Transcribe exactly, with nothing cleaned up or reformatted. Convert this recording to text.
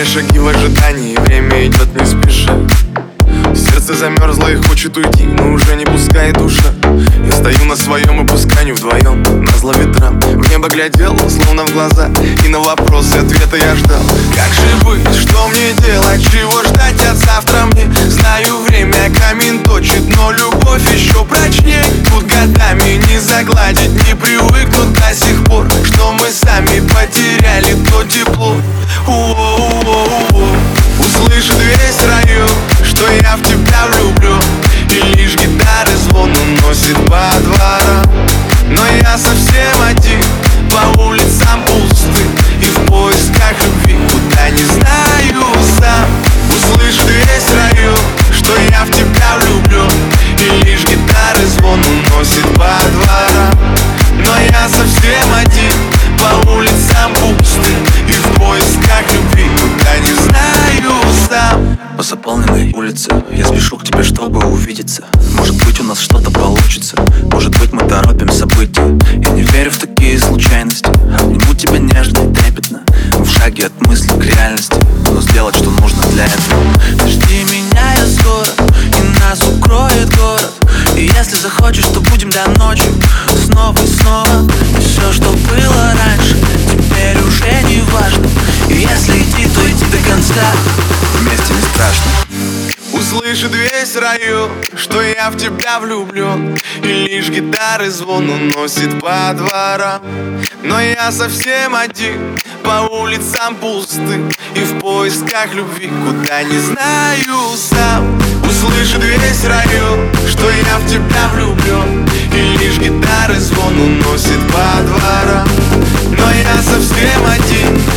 Меряя шаги в ожидании, время идет не спеша. Сердце замерзло и хочет уйти, но уже не пускает душа. Я стою на своем и пусканию вдвоем, назло ветрам. В небо глядел, словно в глаза, и на вопросы ответа я ждал. Как же быть, что мне делать, чего ждать от завтра мне? Знаю, время камень точит, но любовь еще прочнее. Тут годами не загладить, не привыкнуть до сих пор, что мы сами потеряли то тепло. У-о-у-о-у-о. Услышит весь район, что я в тебя влюблен, и лишь гитары звон уносит по дворам. Но я совсем один, по улицам пусты, и в поисках любви, куда не знаю сам. Услышит весь район, что я в тебя влюблен, и лишь гитары звон уносит по дворам. Но я совсем один, по улицам пусты, и в поисках любви, куда не знаю сам. По заполненной улице я спешу к тебе, чтобы увидеться. Может быть, у нас что-то получится, может быть, мы торопим события. Я не верю в такие случайности, обниму тебя нежно и трепетно, в шаге от мысли к реальности, но сделать, что нужно для этого. Жди меня, я скоро, и нас укроет город. И если захочешь, то будем до ночи, снова и снова. И все, что было раньше, теперь уже не важно. И если идти, то идти до конца, вместе не страшно. Услышит весь район, что я в тебя влюблен, и лишь гитары звон уносит по дворам. Но я совсем один, по улицам пусты, и в поисках любви, куда не знаю сам. Услышит весь район, что я в тебя влюблен, и лишь гитары звон уносит по дворам. Но я совсем один,